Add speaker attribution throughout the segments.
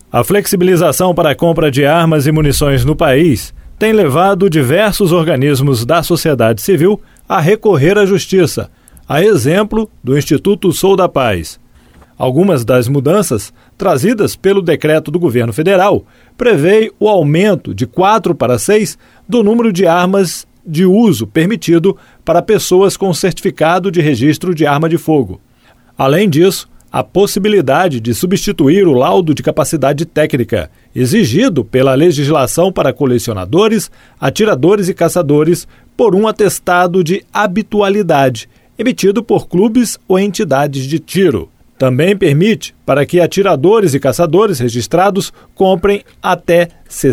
Speaker 1: A flexibilização para a compra de armas e munições no país tem levado diversos organismos da sociedade civil a recorrer à justiça, a exemplo do Instituto Sou da Paz. Algumas das mudanças trazidas pelo decreto do governo federal prevê o aumento de 4 para 6 do número de armas de uso permitido para pessoas com certificado de registro de arma de fogo. Além disso, a possibilidade de substituir o laudo de capacidade técnica exigido pela legislação para colecionadores, atiradores e caçadores por um atestado de habitualidade emitido por clubes ou entidades de tiro. Também permite para que atiradores e caçadores registrados comprem até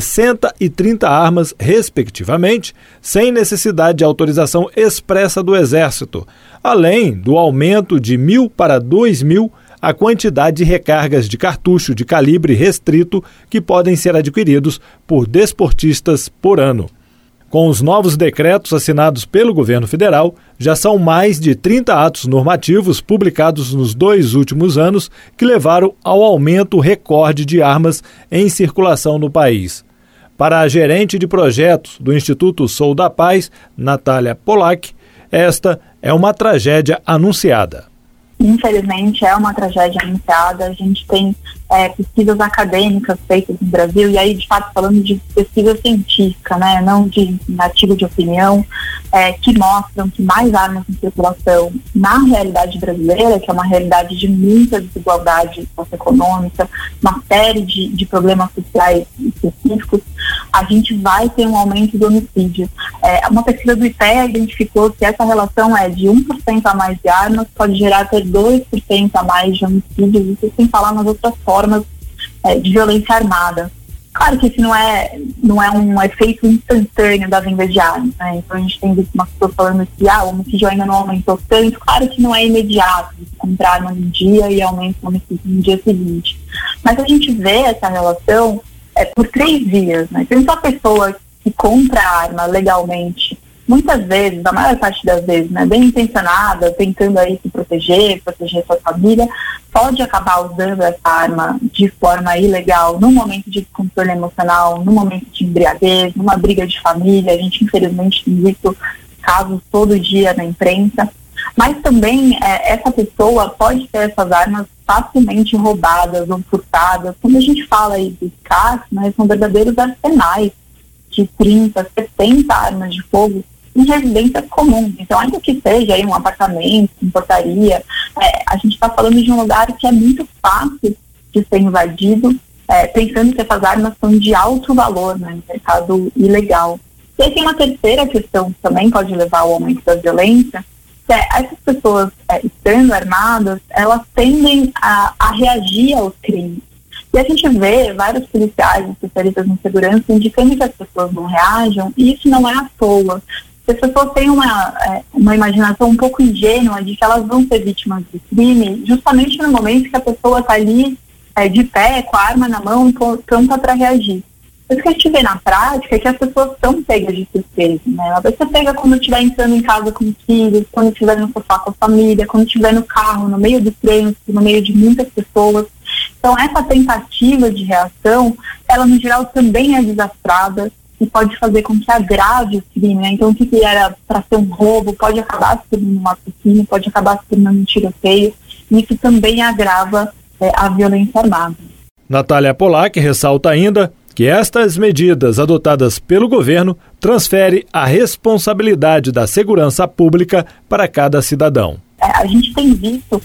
Speaker 1: 60 e 30 armas, respectivamente, sem necessidade de autorização expressa do Exército, além do aumento de 1.000 para 2.000 a quantidade de recargas de cartucho de calibre restrito que podem ser adquiridos por desportistas por ano. Com os novos decretos assinados pelo governo federal, já são mais de 30 atos normativos publicados nos 2 últimos anos que levaram ao aumento recorde de armas em circulação no país. Para a gerente de projetos do Instituto Sou da Paz, Natália Polak, esta é uma tragédia anunciada.
Speaker 2: Infelizmente, é uma tragédia anunciada. A gente tem pesquisas acadêmicas feitas no Brasil, e aí, de fato, falando de pesquisa científica, né, não de artigo de opinião, que mostram que mais armas em circulação na realidade brasileira, que é uma realidade de muita desigualdade socioeconômica, uma série de problemas sociais específicos, a gente vai ter um aumento do homicídio. Uma pesquisa do IPEA identificou que essa relação é de 1% a mais de armas pode gerar até 2% a mais de homicídios, isso sem falar nas outras formas de violência armada. Claro que isso não é um efeito instantâneo da venda de armas, né? Então a gente tem visto umas pessoas falando que o homicídio ainda não aumentou tanto. Claro que não é imediato, você comprar arma num dia e aumenta o homicídio no dia seguinte. Mas a gente vê essa relação por 3 vias, né? Tem só a pessoa que compra a arma legalmente, muitas vezes, a maior parte das vezes, né, bem intencionada, tentando aí se proteger sua família, pode acabar usando essa arma de forma ilegal num momento de descontrole emocional, num momento de embriaguez, numa briga de família. A gente, infelizmente, tem visto casos todo dia na imprensa. Mas também essa pessoa pode ter essas armas facilmente roubadas ou furtadas. Quando a gente fala aí dos CACs, né, são verdadeiros arsenais de 30, 70 armas de fogo em residências comuns. Então, ainda que seja aí um apartamento, uma portaria, a gente está falando de um lugar que é muito fácil de ser invadido, pensando que essas armas são de alto valor, né, no mercado ilegal. E aí tem uma terceira questão que também pode levar ao aumento da violência, que essas pessoas, estando armadas, elas tendem a reagir aos crimes. E a gente vê vários policiais, especialistas em segurança, indicando que as pessoas não reajam, e isso não é à toa. As pessoas têm uma imaginação um pouco ingênua de que elas vão ser vítimas de crime justamente no momento que a pessoa está ali de pé, com a arma na mão, pronta para reagir. O que a gente vê na prática é que as pessoas são pegas de surpresa, né? A pessoa pega quando estiver entrando em casa com os filhos, quando estiver no sofá com a família, quando estiver no carro, no meio do trânsito, no meio de muitas pessoas. Então, essa tentativa de reação, ela no geral também é desastrada e pode fazer com que agrave o crime, né? Então, o que era para ser um roubo pode acabar se tornando um assassínio, pode acabar se tornando um tiroteio, e isso também agrava a violência armada.
Speaker 1: Natália Polak ressalta ainda que estas medidas adotadas pelo governo transferem a responsabilidade da segurança pública para cada cidadão.
Speaker 2: A gente tem visto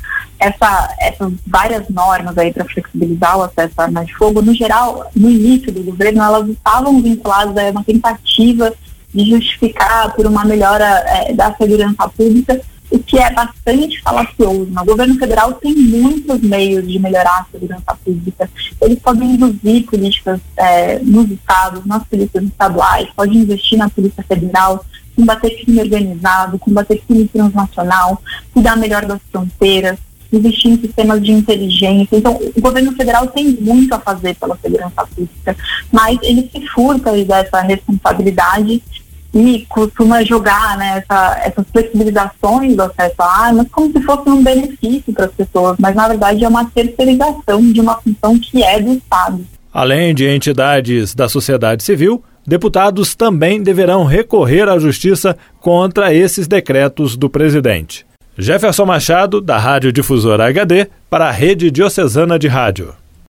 Speaker 2: essas várias normas aí para flexibilizar o acesso à arma de fogo. No geral, no início do governo, elas estavam vinculadas a uma tentativa de justificar por uma melhora da segurança pública, o que é bastante falacioso. O governo federal tem muitos meios de melhorar a segurança pública. Eles podem induzir políticas nos estados, nas polícias estaduais, pode investir na Polícia Federal, combater crime organizado, combater crime transnacional, cuidar melhor das fronteiras, investir em sistemas de inteligência. Então, o governo federal tem muito a fazer pela segurança pública, mas ele se furta dessa responsabilidade e costuma jogar, né, essas flexibilizações do acesso a armas como se fosse um benefício para as pessoas, mas na verdade é uma terceirização de uma função que é do Estado.
Speaker 1: Além de entidades da sociedade civil, deputados também deverão recorrer à Justiça contra esses decretos do presidente. Jefferson Machado, da Rádio Difusora HD, para a Rede Diocesana de Rádio.